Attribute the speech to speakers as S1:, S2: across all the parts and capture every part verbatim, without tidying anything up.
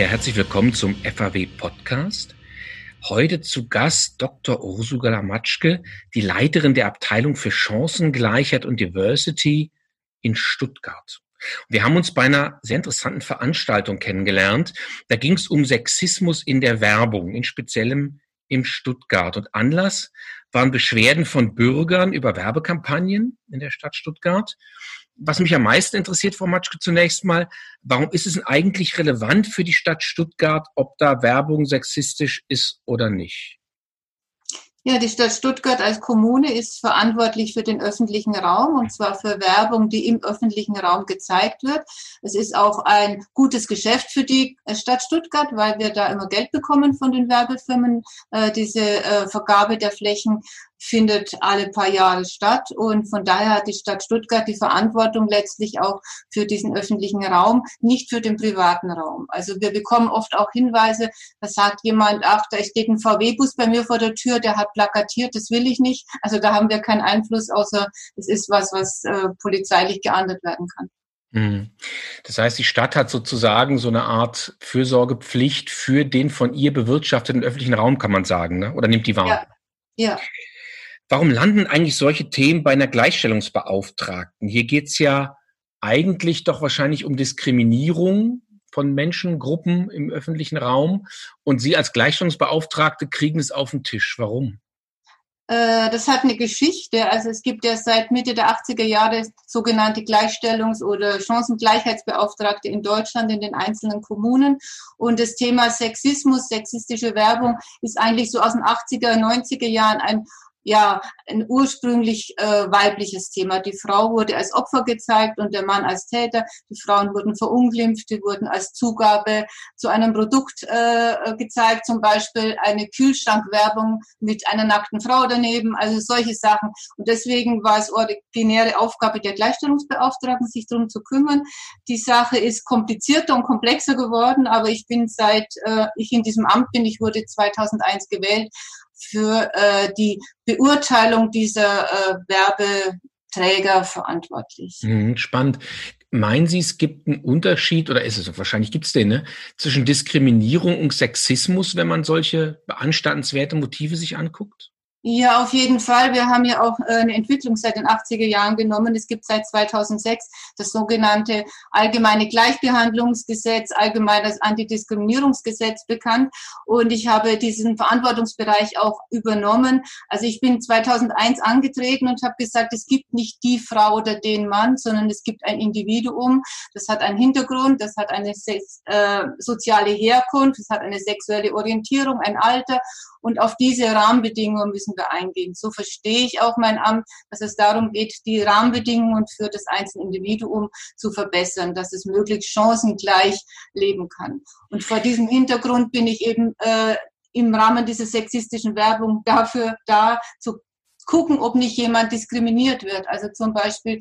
S1: Ja, herzlich willkommen zum F A W-Podcast. Heute zu Gast Doktor Ursula Matschke, die Leiterin der Abteilung für Chancengleichheit und Diversity in Stuttgart. Wir haben uns bei einer sehr interessanten Veranstaltung kennengelernt. Da ging es um Sexismus in der Werbung, in speziellem in Stuttgart. Und Anlass waren Beschwerden von Bürgern über Werbekampagnen in der Stadt Stuttgart. Was mich am meisten interessiert, Frau Matschke, zunächst mal, warum ist es denn eigentlich relevant für die Stadt Stuttgart, ob da Werbung sexistisch ist oder nicht?
S2: Ja, die Stadt Stuttgart als Kommune ist verantwortlich für den öffentlichen Raum, und zwar für Werbung, die im öffentlichen Raum gezeigt wird. Es ist auch ein gutes Geschäft für die Stadt Stuttgart, weil wir da immer Geld bekommen von den Werbefirmen. Äh, diese äh, Vergabe der Flächen findet alle paar Jahre statt, und von daher hat die Stadt Stuttgart die Verantwortung letztlich auch für diesen öffentlichen Raum, nicht für den privaten Raum. Also wir bekommen oft auch Hinweise, da sagt jemand, ach, da steht ein V W-Bus bei mir vor der Tür, der hat plakatiert, das will ich nicht. Also da haben wir keinen Einfluss, außer es ist was, was äh, polizeilich geahndet werden kann.
S1: Das heißt, die Stadt hat sozusagen so eine Art Fürsorgepflicht für den von ihr bewirtschafteten öffentlichen Raum, kann man sagen, ne? Oder nimmt die wahr?
S2: Ja, ja.
S1: Warum landen eigentlich solche Themen bei einer Gleichstellungsbeauftragten? Hier geht's ja eigentlich doch wahrscheinlich um Diskriminierung von Menschengruppen im öffentlichen Raum. Und Sie als Gleichstellungsbeauftragte kriegen es auf den Tisch. Warum?
S2: Das hat eine Geschichte. Also es gibt ja seit Mitte der achtziger Jahre sogenannte Gleichstellungs- oder Chancengleichheitsbeauftragte in Deutschland, in den einzelnen Kommunen. Und das Thema Sexismus, sexistische Werbung ist eigentlich so aus den achtziger, neunziger Jahren ein ja, ein ursprünglich äh, weibliches Thema. Die Frau wurde als Opfer gezeigt und der Mann als Täter. Die Frauen wurden verunglimpft, die wurden als Zugabe zu einem Produkt äh, gezeigt, zum Beispiel eine Kühlschrankwerbung mit einer nackten Frau daneben, also solche Sachen. Und deswegen war es originäre Aufgabe der Gleichstellungsbeauftragten, sich darum zu kümmern. Die Sache ist komplizierter und komplexer geworden, aber ich bin seit äh, ich in diesem Amt bin, ich wurde zweitausendeins gewählt, für äh, die Beurteilung dieser äh, Werbeträger verantwortlich.
S1: Hm, spannend. Meinen Sie, es gibt einen Unterschied, oder ist es, wahrscheinlich gibt es den, ne, zwischen Diskriminierung und Sexismus, wenn man solche beanstandenswerte Motive sich anguckt?
S2: Ja, auf jeden Fall. Wir haben ja auch eine Entwicklung seit den achtziger Jahren genommen. Es gibt seit zweitausendsechs das sogenannte Allgemeine Gleichbehandlungsgesetz, Allgemeines Antidiskriminierungsgesetz bekannt. Und ich habe diesen Verantwortungsbereich auch übernommen. Also ich bin zweitausendeins angetreten und habe gesagt, es gibt nicht die Frau oder den Mann, sondern es gibt ein Individuum. Das hat einen Hintergrund, das hat eine äh, soziale Herkunft, das hat eine sexuelle Orientierung, ein Alter. Und auf diese Rahmenbedingungen müssen wir eingehen. So verstehe ich auch mein Amt, dass es darum geht, die Rahmenbedingungen für das einzelne Individuum zu verbessern, dass es möglichst chancengleich leben kann. Und vor diesem Hintergrund bin ich eben äh, im Rahmen dieser sexistischen Werbung dafür da, zu gucken, ob nicht jemand diskriminiert wird. Also zum Beispiel,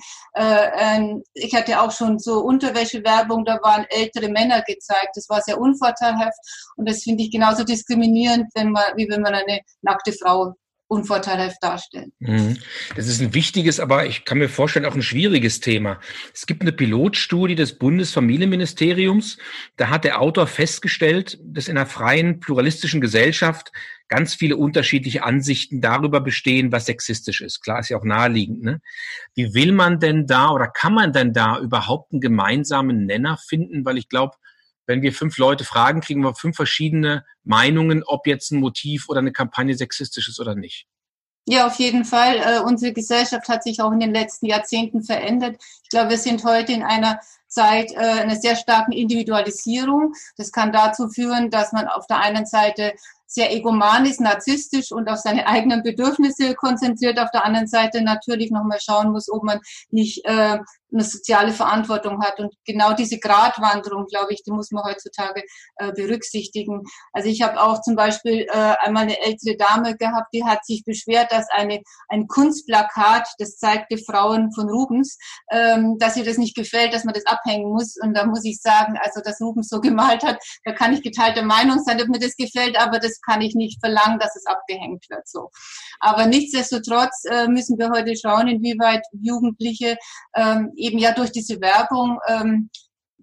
S2: äh, ich hatte auch schon so Unterwäschewerbung, da waren ältere Männer gezeigt. Das war sehr unvorteilhaft und das finde ich genauso diskriminierend, wenn man, wie wenn man eine nackte Frau unvorteilhaft darstellt.
S1: Das ist ein wichtiges, aber ich kann mir vorstellen, auch ein schwieriges Thema. Es gibt eine Pilotstudie des Bundesfamilienministeriums. Da hat der Autor festgestellt, dass in einer freien, pluralistischen Gesellschaft ganz viele unterschiedliche Ansichten darüber bestehen, was sexistisch ist. Klar, ist ja auch naheliegend, ne? Wie will man denn da oder kann man denn da überhaupt einen gemeinsamen Nenner finden? Weil ich glaube, wenn wir fünf Leute fragen, kriegen wir fünf verschiedene Meinungen, ob jetzt ein Motiv oder eine Kampagne sexistisch ist oder nicht.
S2: Ja, auf jeden Fall. Äh, unsere Gesellschaft hat sich auch in den letzten Jahrzehnten verändert. Ich glaube, wir sind heute in einer Zeit äh, einer sehr starken Individualisierung. Das kann dazu führen, dass man auf der einen Seite sehr egoman ist, narzisstisch und auf seine eigenen Bedürfnisse konzentriert, auf der anderen Seite natürlich nochmal schauen muss, ob man nicht äh, eine soziale Verantwortung hat. Und genau diese Gratwanderung, glaube ich, die muss man heutzutage äh, berücksichtigen. Also ich habe auch zum Beispiel äh, einmal eine ältere Dame gehabt, die hat sich beschwert, dass eine ein Kunstplakat, das zeigte Frauen von Rubens, ähm, dass ihr das nicht gefällt, dass man das abhängen muss. Und da muss ich sagen, also dass Rubens so gemalt hat, da kann ich geteilter Meinung sein, ob mir das gefällt, aber das kann ich nicht verlangen, dass es abgehängt wird. So. Aber nichtsdestotrotz äh, müssen wir heute schauen, inwieweit Jugendliche ähm, eben ja durch diese Werbung ähm,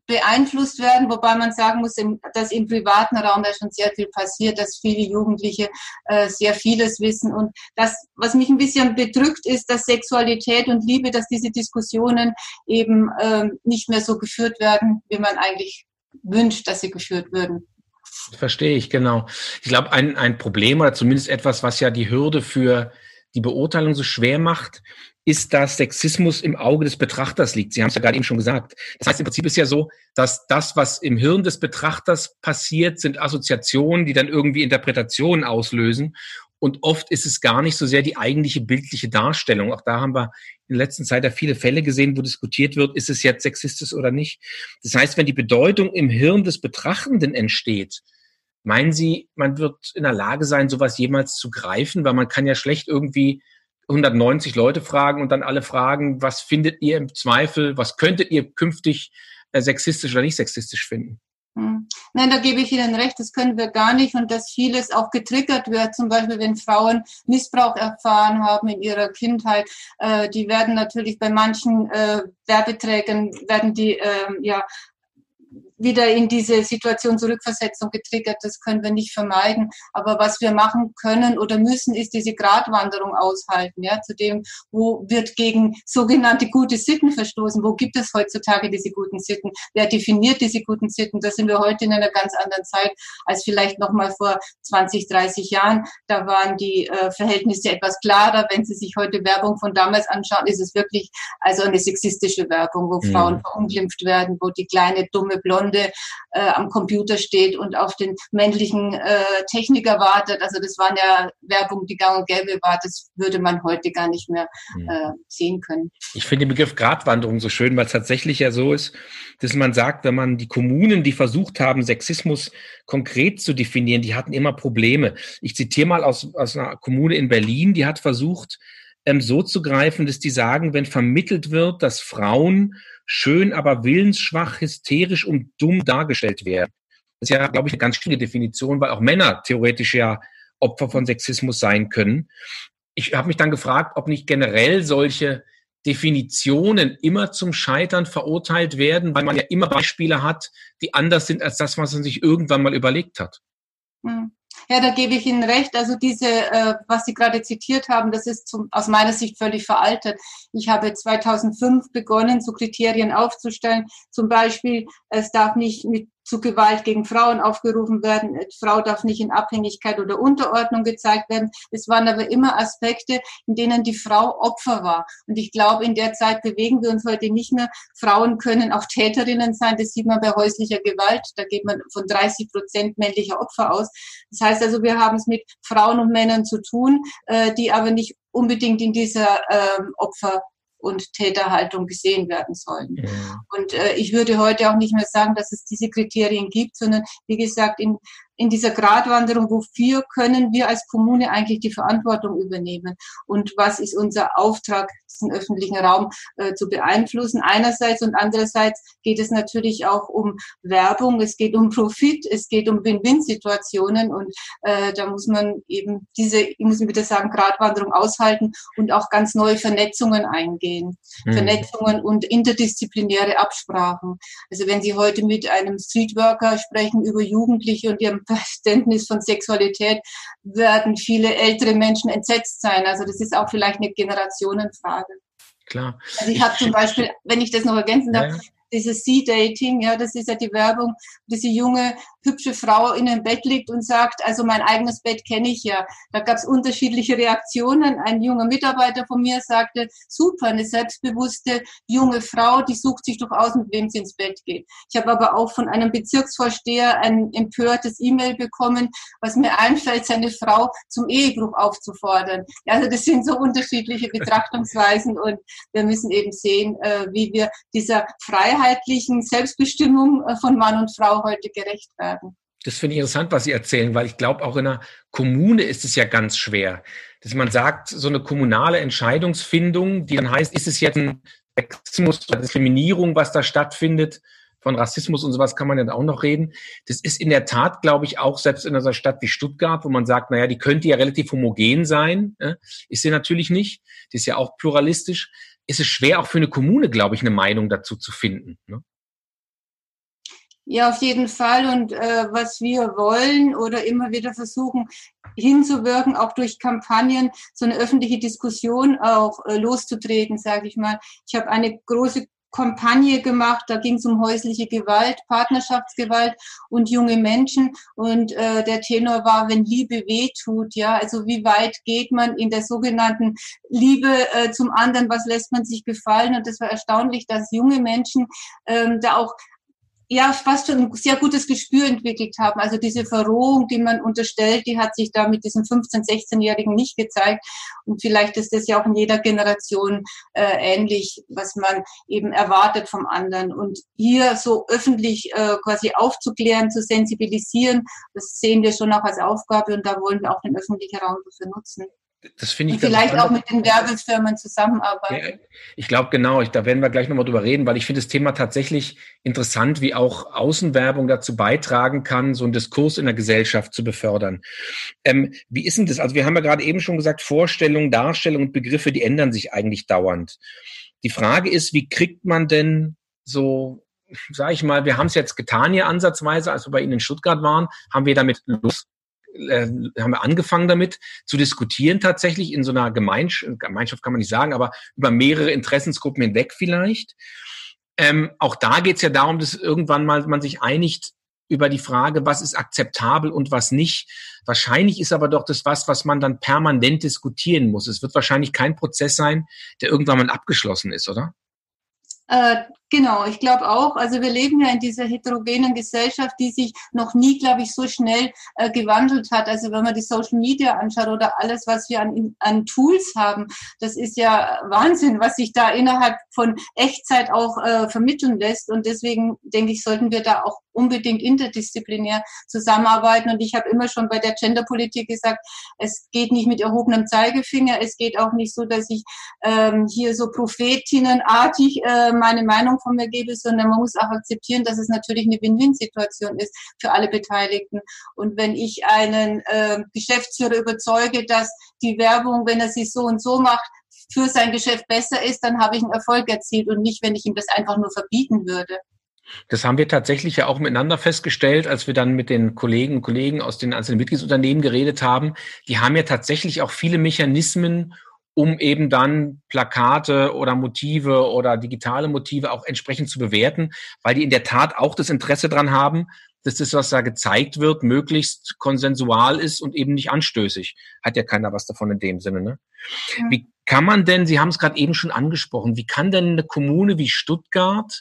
S2: beeinflusst werden, wobei man sagen muss, dass im privaten Raum ja schon sehr viel passiert, dass viele Jugendliche äh, sehr vieles wissen. Und das, was mich ein bisschen bedrückt, ist, dass Sexualität und Liebe, dass diese Diskussionen eben ähm, nicht mehr so geführt werden, wie man eigentlich wünscht, dass sie geführt würden.
S1: Verstehe ich, genau. Ich glaube, ein, ein Problem oder zumindest etwas, was ja die Hürde für die Beurteilung so schwer macht, ist, dass Sexismus im Auge des Betrachters liegt. Sie haben es ja gerade eben schon gesagt. Das heißt, im Prinzip ist ja so, dass das, was im Hirn des Betrachters passiert, sind Assoziationen, die dann irgendwie Interpretationen auslösen. Und oft ist es gar nicht so sehr die eigentliche bildliche Darstellung. Auch da haben wir in der letzten Zeit ja viele Fälle gesehen, wo diskutiert wird, ist es jetzt sexistisch oder nicht. Das heißt, wenn die Bedeutung im Hirn des Betrachtenden entsteht, meinen Sie, man wird in der Lage sein, sowas jemals zu greifen? Weil man kann ja schlecht irgendwie hundertneunzig Leute fragen und dann alle fragen, was findet ihr im Zweifel, was könntet ihr künftig äh, sexistisch oder nicht sexistisch finden?
S2: Hm. Nein, da gebe ich Ihnen recht, das können wir gar nicht und dass vieles auch getriggert wird, zum Beispiel wenn Frauen Missbrauch erfahren haben in ihrer Kindheit, äh, die werden natürlich bei manchen äh, Werbeträgern, werden die äh, ja wieder in diese Situation Zurückversetzung getriggert. Das können wir nicht vermeiden. Aber was wir machen können oder müssen, ist diese Gratwanderung aushalten. Ja, zu dem, wo wird gegen sogenannte gute Sitten verstoßen? Wo gibt es heutzutage diese guten Sitten? Wer definiert diese guten Sitten? Da sind wir heute in einer ganz anderen Zeit als vielleicht noch mal vor zwanzig, dreißig Jahren. Da waren die äh, Verhältnisse etwas klarer. Wenn Sie sich heute Werbung von damals anschauen, ist es wirklich also eine sexistische Werbung, wo mhm. Frauen verunglimpft werden, wo die kleine, dumme, blonde Äh, am Computer steht und auf den männlichen äh, Techniker wartet. Also das war eine Werbung, die gang und gäbe war. Das würde man heute gar nicht mehr äh, sehen können.
S1: Ich finde den Begriff Gratwanderung so schön, weil es tatsächlich ja so ist, dass man sagt, wenn man die Kommunen, die versucht haben, Sexismus konkret zu definieren, die hatten immer Probleme. Ich zitiere mal aus, aus einer Kommune in Berlin, die hat versucht, ähm, so zu greifen, dass die sagen, wenn vermittelt wird, dass Frauen schön, aber willensschwach, hysterisch und dumm dargestellt werden. Das ist ja, glaube ich, eine ganz schwierige Definition, weil auch Männer theoretisch ja Opfer von Sexismus sein können. Ich habe mich dann gefragt, ob nicht generell solche Definitionen immer zum Scheitern verurteilt werden, weil man ja immer Beispiele hat, die anders sind als das, was man sich irgendwann mal überlegt hat.
S2: Hm. Ja, da gebe ich Ihnen recht. Also diese, äh, was Sie gerade zitiert haben, das ist zum, aus meiner Sicht völlig veraltet. Ich habe zweitausendfünf begonnen, so Kriterien aufzustellen. Zum Beispiel, es darf nicht mit zu Gewalt gegen Frauen aufgerufen werden. Frau darf nicht in Abhängigkeit oder Unterordnung gezeigt werden. Es waren aber immer Aspekte, in denen die Frau Opfer war. Und ich glaube, in der Zeit bewegen wir uns heute nicht mehr. Frauen können auch Täterinnen sein. Das sieht man bei häuslicher Gewalt. Da geht man von dreißig Prozent männlicher Opfer aus. Das heißt also, wir haben es mit Frauen und Männern zu tun, die aber nicht unbedingt in dieser Opfer und Täterhaltung gesehen werden sollen. Ja. Und äh, ich würde heute auch nicht mehr sagen, dass es diese Kriterien gibt, sondern wie gesagt, in, in dieser Gratwanderung, wofür können wir als Kommune eigentlich die Verantwortung übernehmen und was ist unser Auftrag, diesen öffentlichen Raum äh, zu beeinflussen einerseits und andererseits geht es natürlich auch um Werbung, es geht um Profit, es geht um Win-Win-Situationen und äh, da muss man eben diese, ich muss wieder sagen, Gratwanderung aushalten und auch ganz neue Vernetzungen eingehen. Mhm. Vernetzungen und interdisziplinäre Absprachen. Also wenn Sie heute mit einem Streetworker sprechen über Jugendliche und ihrem Verständnis von Sexualität, werden viele ältere Menschen entsetzt sein. Also das ist auch vielleicht eine Generationenfrage.
S1: Klar.
S2: Also ich habe zum Beispiel, wenn ich das noch ergänzen darf, ja. Dieses C-Dating, ja, das ist ja die Werbung, diese junge, hübsche Frau in einem Bett liegt und sagt, also mein eigenes Bett kenne ich ja. Da gab es unterschiedliche Reaktionen. Ein junger Mitarbeiter von mir sagte, super, eine selbstbewusste junge Frau, die sucht sich doch aus, mit wem sie ins Bett geht. Ich habe aber auch von einem Bezirksvorsteher ein empörtes E-Mail bekommen, was mir einfällt, seine Frau zum Ehebruch aufzufordern. Ja, also das sind so unterschiedliche Betrachtungsweisen und wir müssen eben sehen, wie wir dieser Freiheit freiheitlichen Selbstbestimmung von Mann und Frau heute gerecht werden.
S1: Das finde ich interessant, was Sie erzählen, weil ich glaube, auch in einer Kommune ist es ja ganz schwer, dass man sagt, so eine kommunale Entscheidungsfindung, die dann heißt, ist es jetzt ein Sexismus oder Diskriminierung, was da stattfindet, von Rassismus und sowas kann man ja auch noch reden. Das ist in der Tat, glaube ich, auch selbst in einer Stadt wie Stuttgart, wo man sagt, naja, die könnte ja relativ homogen sein, ist sie natürlich nicht, die ist ja auch pluralistisch. Ist es schwer, auch für eine Kommune, glaube ich, eine Meinung dazu zu finden. Ne?
S2: Ja, auf jeden Fall. Und äh, was wir wollen oder immer wieder versuchen hinzuwirken, auch durch Kampagnen, so eine öffentliche Diskussion auch äh, loszutreten, sage ich mal. Ich habe eine große Kampagne gemacht, da ging es um häusliche Gewalt, Partnerschaftsgewalt und junge Menschen. Und äh, der Tenor war, wenn Liebe wehtut, ja, also wie weit geht man in der sogenannten Liebe äh, zum anderen, was lässt man sich gefallen? Und das war erstaunlich, dass junge Menschen ähm, da auch ja fast schon ein sehr gutes Gespür entwickelt haben. Also diese Verrohung, die man unterstellt, die hat sich da mit diesem fünfzehn-, sechzehnjährigen nicht gezeigt. Und vielleicht ist das ja auch in jeder Generation äh, ähnlich, was man eben erwartet vom anderen. Und hier so öffentlich äh, quasi aufzuklären, zu sensibilisieren, das sehen wir schon auch als Aufgabe und da wollen wir auch den öffentlichen Raum dafür nutzen.
S1: Das finde ich
S2: und vielleicht auch mit den Werbefirmen zusammenarbeiten.
S1: Ja, ich glaube, genau, ich, da werden wir gleich nochmal drüber reden, weil ich finde das Thema tatsächlich interessant, wie auch Außenwerbung dazu beitragen kann, so einen Diskurs in der Gesellschaft zu befördern. Ähm, wie ist denn das? Also wir haben ja gerade eben schon gesagt, Vorstellungen, Darstellungen und Begriffe, die ändern sich eigentlich dauernd. Die Frage ist, wie kriegt man denn so, sage ich mal, wir haben es jetzt getan hier ansatzweise, als wir bei Ihnen in Stuttgart waren, haben wir damit Lust Äh, haben wir angefangen damit zu diskutieren tatsächlich in so einer Gemeinschaft, Gemeinschaft kann man nicht sagen, aber über mehrere Interessensgruppen hinweg vielleicht. Ähm, auch da geht es ja darum, dass irgendwann mal man sich einigt über die Frage, was ist akzeptabel und was nicht. Wahrscheinlich ist aber doch das was, was man dann permanent diskutieren muss. Es wird wahrscheinlich kein Prozess sein, der irgendwann mal abgeschlossen ist, oder?
S2: Äh, genau, ich glaube auch. Also wir leben ja in dieser heterogenen Gesellschaft, die sich noch nie, glaube ich, so schnell äh, gewandelt hat. Also wenn man die Social Media anschaut oder alles, was wir an, an Tools haben, das ist ja Wahnsinn, was sich da innerhalb von Echtzeit auch äh, vermitteln lässt. Und deswegen, denke ich, sollten wir da auch unbedingt interdisziplinär zusammenarbeiten. Und ich habe immer schon bei der Genderpolitik gesagt, es geht nicht mit erhobenem Zeigefinger. Es geht auch nicht so, dass ich ähm, hier so prophetinnenartig äh, meine Meinung von mir gebe, sondern man muss auch akzeptieren, dass es natürlich eine Win-Win-Situation ist für alle Beteiligten. Und wenn ich einen äh, Geschäftsführer überzeuge, dass die Werbung, wenn er sie so und so macht, für sein Geschäft besser ist, dann habe ich einen Erfolg erzielt und nicht, wenn ich ihm das einfach nur verbieten würde.
S1: Das haben wir tatsächlich ja auch miteinander festgestellt, als wir dann mit den Kollegen und Kollegen aus den einzelnen Mitgliedsunternehmen geredet haben. Die haben ja tatsächlich auch viele Mechanismen, um eben dann Plakate oder Motive oder digitale Motive auch entsprechend zu bewerten, weil die in der Tat auch das Interesse dran haben, dass das, was da gezeigt wird, möglichst konsensual ist und eben nicht anstößig. Hat ja keiner was davon in dem Sinne, ne? Ja. Wie kann man denn, Sie haben es gerade eben schon angesprochen, wie kann denn eine Kommune wie Stuttgart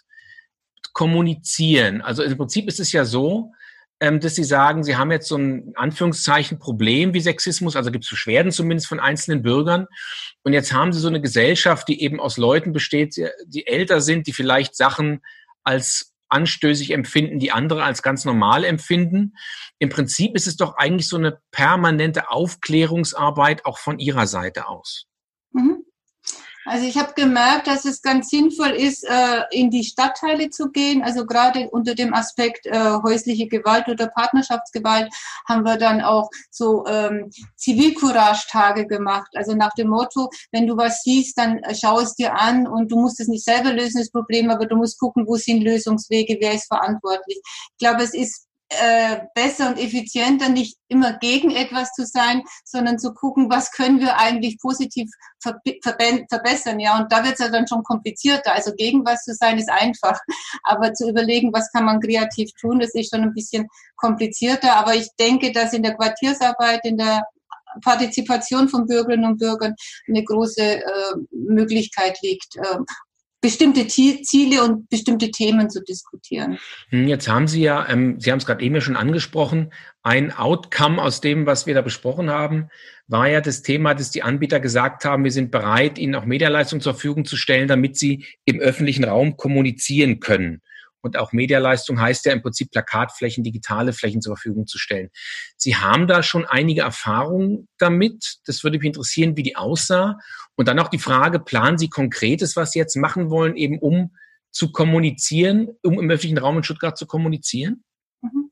S1: kommunizieren? Also im Prinzip ist es ja so, ähm, dass Sie sagen, Sie haben jetzt so ein Anführungszeichen Problem wie Sexismus, also gibt es Beschwerden zumindest von einzelnen Bürgern. Und jetzt haben Sie so eine Gesellschaft, die eben aus Leuten besteht, die älter sind, die vielleicht Sachen als anstößig empfinden, die andere als ganz normal empfinden. Im Prinzip ist es doch eigentlich so eine permanente Aufklärungsarbeit auch von Ihrer Seite aus.
S2: Mhm. Also ich habe gemerkt, dass es ganz sinnvoll ist, äh, in die Stadtteile zu gehen. Also gerade unter dem Aspekt äh, häusliche Gewalt oder Partnerschaftsgewalt haben wir dann auch so ähm, Zivilcourage-Tage gemacht. Also nach dem Motto, wenn du was siehst, dann äh, schau es dir an und du musst es nicht selber lösen, das Problem, aber du musst gucken, wo sind Lösungswege, wer ist verantwortlich. Ich glaube, es ist Äh, besser und effizienter, nicht immer gegen etwas zu sein, sondern zu gucken, was können wir eigentlich positiv verbe- verbe- verbessern. Ja, und da wird es ja dann schon komplizierter. Also gegen was zu sein ist einfach, aber zu überlegen, was kann man kreativ tun, das ist schon ein bisschen komplizierter. Aber ich denke, dass in der Quartiersarbeit, in der Partizipation von Bürgerinnen und Bürgern eine große äh, Möglichkeit liegt, äh, bestimmte Ziele und bestimmte Themen zu diskutieren.
S1: Jetzt haben Sie ja, ähm, Sie haben es gerade eben ja schon angesprochen, ein Outcome aus dem, was wir da besprochen haben, war ja das Thema, dass die Anbieter gesagt haben, wir sind bereit, Ihnen auch Medialeistung zur Verfügung zu stellen, damit Sie im öffentlichen Raum kommunizieren können. Und auch Medialeistung heißt ja im Prinzip Plakatflächen, digitale Flächen zur Verfügung zu stellen. Sie haben da schon einige Erfahrungen damit. Das würde mich interessieren, wie die aussah. Und dann auch die Frage, planen Sie Konkretes, was Sie jetzt machen wollen, eben um zu kommunizieren, um im öffentlichen Raum in Stuttgart zu kommunizieren?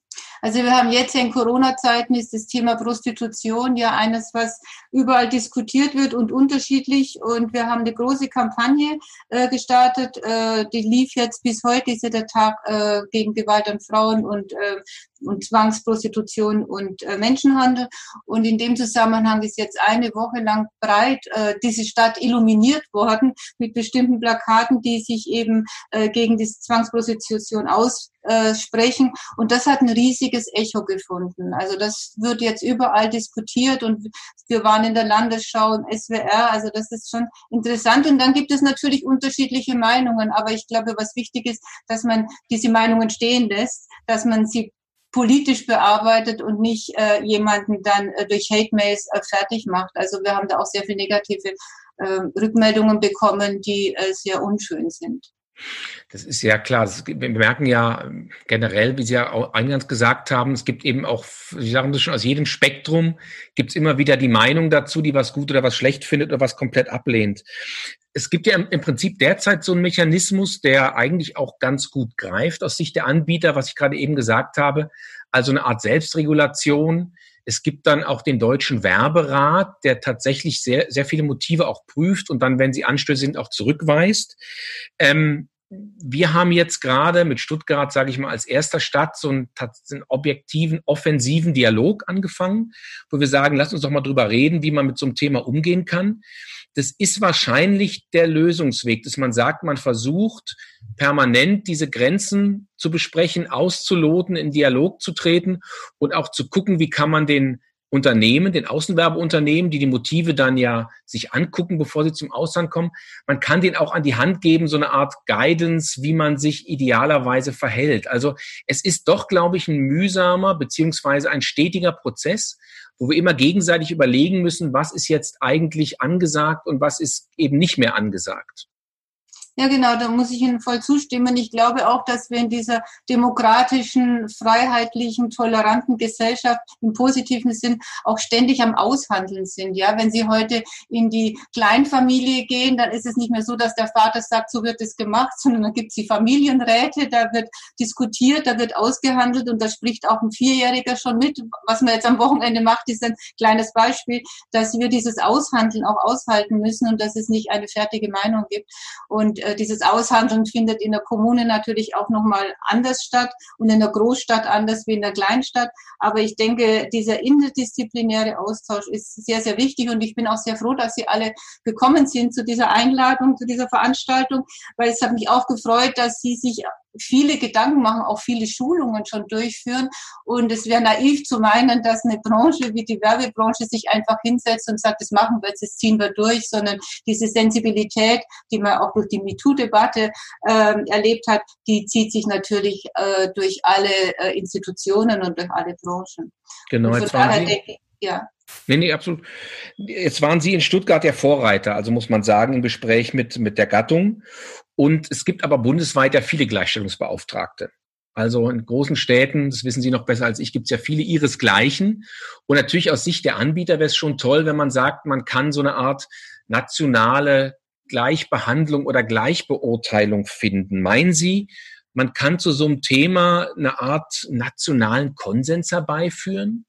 S2: Also wir haben jetzt ja in Corona-Zeiten ist das Thema Prostitution ja eines, was überall diskutiert wird und unterschiedlich. Und wir haben eine große Kampagne äh, gestartet, äh, die lief jetzt bis heute, ist ja der Tag äh, gegen Gewalt an Frauen und äh, und Zwangsprostitution und äh, Menschenhandel. Und in dem Zusammenhang ist jetzt eine Woche lang breit äh, diese Stadt illuminiert worden mit bestimmten Plakaten, die sich eben äh, gegen die Zwangsprostitution aussprechen. Und das hat ein riesiges Echo gefunden. Also das wird jetzt überall diskutiert und wir waren in der Landesschau im S W R. Also das ist schon interessant. Und dann gibt es natürlich unterschiedliche Meinungen. Aber ich glaube, was wichtig ist, dass man diese Meinungen stehen lässt, dass man sie politisch bearbeitet und nicht äh, jemanden dann äh, durch Hate-Mails äh, fertig macht. Also wir haben da auch sehr viele negative äh, Rückmeldungen bekommen, die äh, sehr unschön sind.
S1: Das ist ja klar. Wir merken ja generell, wie Sie ja auch eingangs gesagt haben, es gibt eben auch, Sie sagen das schon, aus jedem Spektrum gibt es immer wieder die Meinung dazu, die was gut oder was schlecht findet oder was komplett ablehnt. Es gibt ja im Prinzip derzeit so einen Mechanismus, der eigentlich auch ganz gut greift aus Sicht der Anbieter, was ich gerade eben gesagt habe, also eine Art Selbstregulation. Es gibt dann auch den Deutschen Werberat, der tatsächlich sehr, sehr viele Motive auch prüft und dann, wenn sie Anstöße sind, auch zurückweist. Ähm, wir haben jetzt gerade mit Stuttgart, sage ich mal, als erster Stadt so einen, einen objektiven, offensiven Dialog angefangen, wo wir sagen, lasst uns doch mal drüber reden, wie man mit so einem Thema umgehen kann. Das ist wahrscheinlich der Lösungsweg, dass man sagt, man versucht permanent diese Grenzen zu besprechen, auszuloten, in Dialog zu treten und auch zu gucken, wie kann man den Unternehmen, den Außenwerbeunternehmen, die die Motive dann ja sich angucken, bevor sie zum Ausland kommen, man kann denen auch an die Hand geben, so eine Art Guidance, wie man sich idealerweise verhält. Also es ist doch, glaube ich, ein mühsamer beziehungsweise ein stetiger Prozess, wo wir immer gegenseitig überlegen müssen, was ist jetzt eigentlich angesagt und was ist eben nicht mehr angesagt.
S2: Ja, genau, da muss ich Ihnen voll zustimmen. Ich glaube auch, dass wir in dieser demokratischen, freiheitlichen, toleranten Gesellschaft im positiven Sinn auch ständig am Aushandeln sind. Ja, wenn Sie heute in die Kleinfamilie gehen, dann ist es nicht mehr so, dass der Vater sagt, so wird es gemacht, sondern dann gibt es die Familienräte, da wird diskutiert, da wird ausgehandelt und da spricht auch ein Vierjähriger schon mit. Was man jetzt am Wochenende macht, ist ein kleines Beispiel, dass wir dieses Aushandeln auch aushalten müssen und dass es nicht eine fertige Meinung gibt. Und dieses Aushandeln findet in der Kommune natürlich auch nochmal anders statt und in der Großstadt anders wie in der Kleinstadt. Aber ich denke, dieser interdisziplinäre Austausch ist sehr, sehr wichtig und ich bin auch sehr froh, dass Sie alle gekommen sind zu dieser Einladung, zu dieser Veranstaltung, weil es hat mich auch gefreut, dass Sie sich viele Gedanken machen, auch viele Schulungen schon durchführen. Und es wäre naiv zu meinen, dass eine Branche wie die Werbebranche sich einfach hinsetzt und sagt, das machen wir jetzt, das ziehen wir durch, sondern diese Sensibilität, die man auch durch die MeToo-Debatte äh, erlebt hat, die zieht sich natürlich äh, durch alle äh, Institutionen und durch alle Branchen.
S1: Genau,
S2: und von
S1: jetzt waren
S2: daher
S1: Sie,
S2: denke ich, ja.
S1: Nee, nee, absolut. Jetzt waren Sie in Stuttgart der Vorreiter, also muss man sagen, im Gespräch mit, mit der Gattung. Und es gibt aber bundesweit ja viele Gleichstellungsbeauftragte. Also in großen Städten, das wissen Sie noch besser als ich, gibt es ja viele ihresgleichen. Und natürlich aus Sicht der Anbieter wäre es schon toll, wenn man sagt, man kann so eine Art nationale Gleichbehandlung oder Gleichbeurteilung finden. Meinen Sie, man kann zu so einem Thema eine Art nationalen Konsens herbeiführen?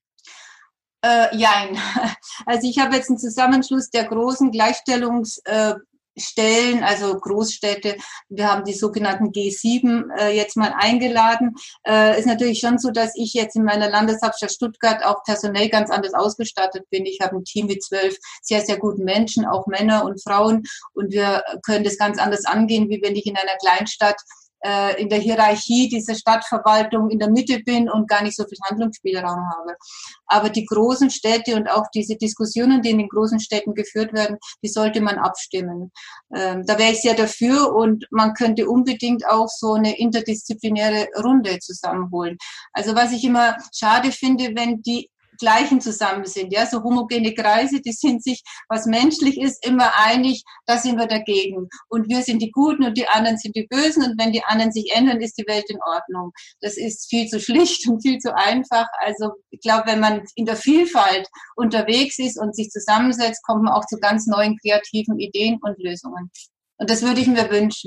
S2: Äh, jein. Also ich habe jetzt einen Zusammenschluss der großen Gleichstellungsstellen, also Großstädte. Wir haben die sogenannten G sieben äh, jetzt mal eingeladen. Äh, ist natürlich schon so, dass ich jetzt in meiner Landeshauptstadt Stuttgart auch personell ganz anders ausgestattet bin. Ich habe ein Team mit zwölf sehr, sehr guten Menschen, auch Männer und Frauen. Und wir können das ganz anders angehen, wie wenn ich in einer Kleinstadt in der Hierarchie dieser Stadtverwaltung in der Mitte bin und gar nicht so viel Handlungsspielraum habe. Aber die großen Städte und auch diese Diskussionen, die in den großen Städten geführt werden, die sollte man abstimmen. Ähm, da wäre ich sehr dafür und man könnte unbedingt auch so eine interdisziplinäre Runde zusammenholen. Also was ich immer schade finde, wenn die Gleichen zusammen sind, ja, so homogene Kreise, die sind sich, was menschlich ist, immer einig, da sind wir dagegen. Und wir sind die Guten und die anderen sind die Bösen und wenn die anderen sich ändern, ist die Welt in Ordnung. Das ist viel zu schlicht und viel zu einfach. Also ich glaube, wenn man in der Vielfalt unterwegs ist und sich zusammensetzt, kommt man auch zu ganz neuen kreativen Ideen und Lösungen. Und das würde ich mir wünschen.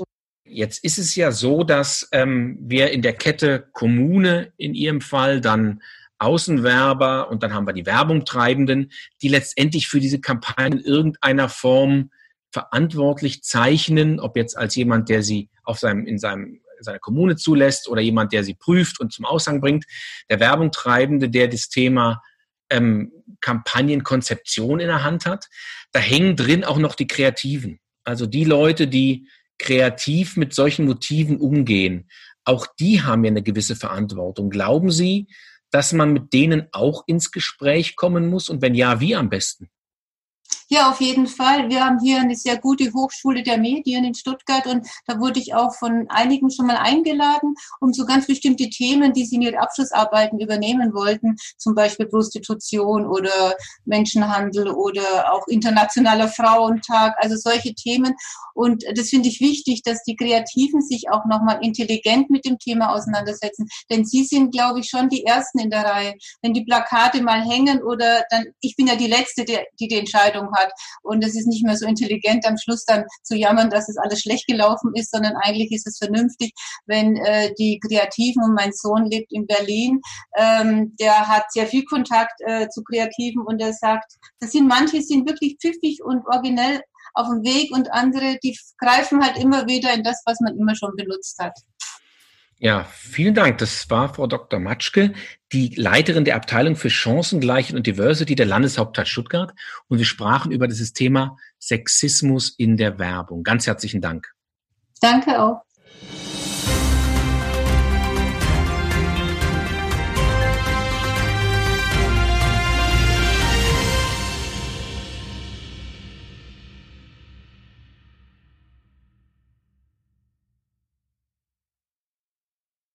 S1: Jetzt ist es ja so, dass ähm, wir in der Kette Kommune in Ihrem Fall, dann Außenwerber und dann haben wir die Werbungtreibenden, die letztendlich für diese Kampagnen in irgendeiner Form verantwortlich zeichnen, ob jetzt als jemand, der sie auf seinem, in seinem, seiner Kommune zulässt oder jemand, der sie prüft und zum Aushang bringt. Der Werbungtreibende, der das Thema ähm, Kampagnenkonzeption in der Hand hat. Da hängen drin auch noch die Kreativen. Also die Leute, die kreativ mit solchen Motiven umgehen. Auch die haben ja eine gewisse Verantwortung. Glauben Sie, dass man mit denen auch ins Gespräch kommen muss? Und wenn ja, wie am besten?
S2: Ja, auf jeden Fall. Wir haben hier eine sehr gute Hochschule der Medien in Stuttgart und da wurde ich auch von einigen schon mal eingeladen, um so ganz bestimmte Themen, die sie in ihren Abschlussarbeiten übernehmen wollten, zum Beispiel Prostitution oder Menschenhandel oder auch Internationaler Frauentag, also solche Themen. Und das finde ich wichtig, dass die Kreativen sich auch nochmal intelligent mit dem Thema auseinandersetzen, denn sie sind, glaube ich, schon die Ersten in der Reihe. Wenn die Plakate mal hängen oder dann, ich bin ja die Letzte, die die, die Entscheidung hat. Und es ist nicht mehr so intelligent, am Schluss dann zu jammern, dass es alles schlecht gelaufen ist, sondern eigentlich ist es vernünftig, wenn äh, die Kreativen, und mein Sohn lebt in Berlin, ähm, der hat sehr viel Kontakt äh, zu Kreativen und er sagt, das sind manche sind wirklich pfiffig und originell auf dem Weg und andere, die greifen halt immer wieder in das, was man immer schon benutzt hat.
S1: Ja, vielen Dank. Das war Frau Doktor Matschke, die Leiterin der Abteilung für Chancengleichheit und Diversity der Landeshauptstadt Stuttgart. Und wir sprachen über dieses Thema Sexismus in der Werbung. Ganz herzlichen Dank.
S2: Danke auch.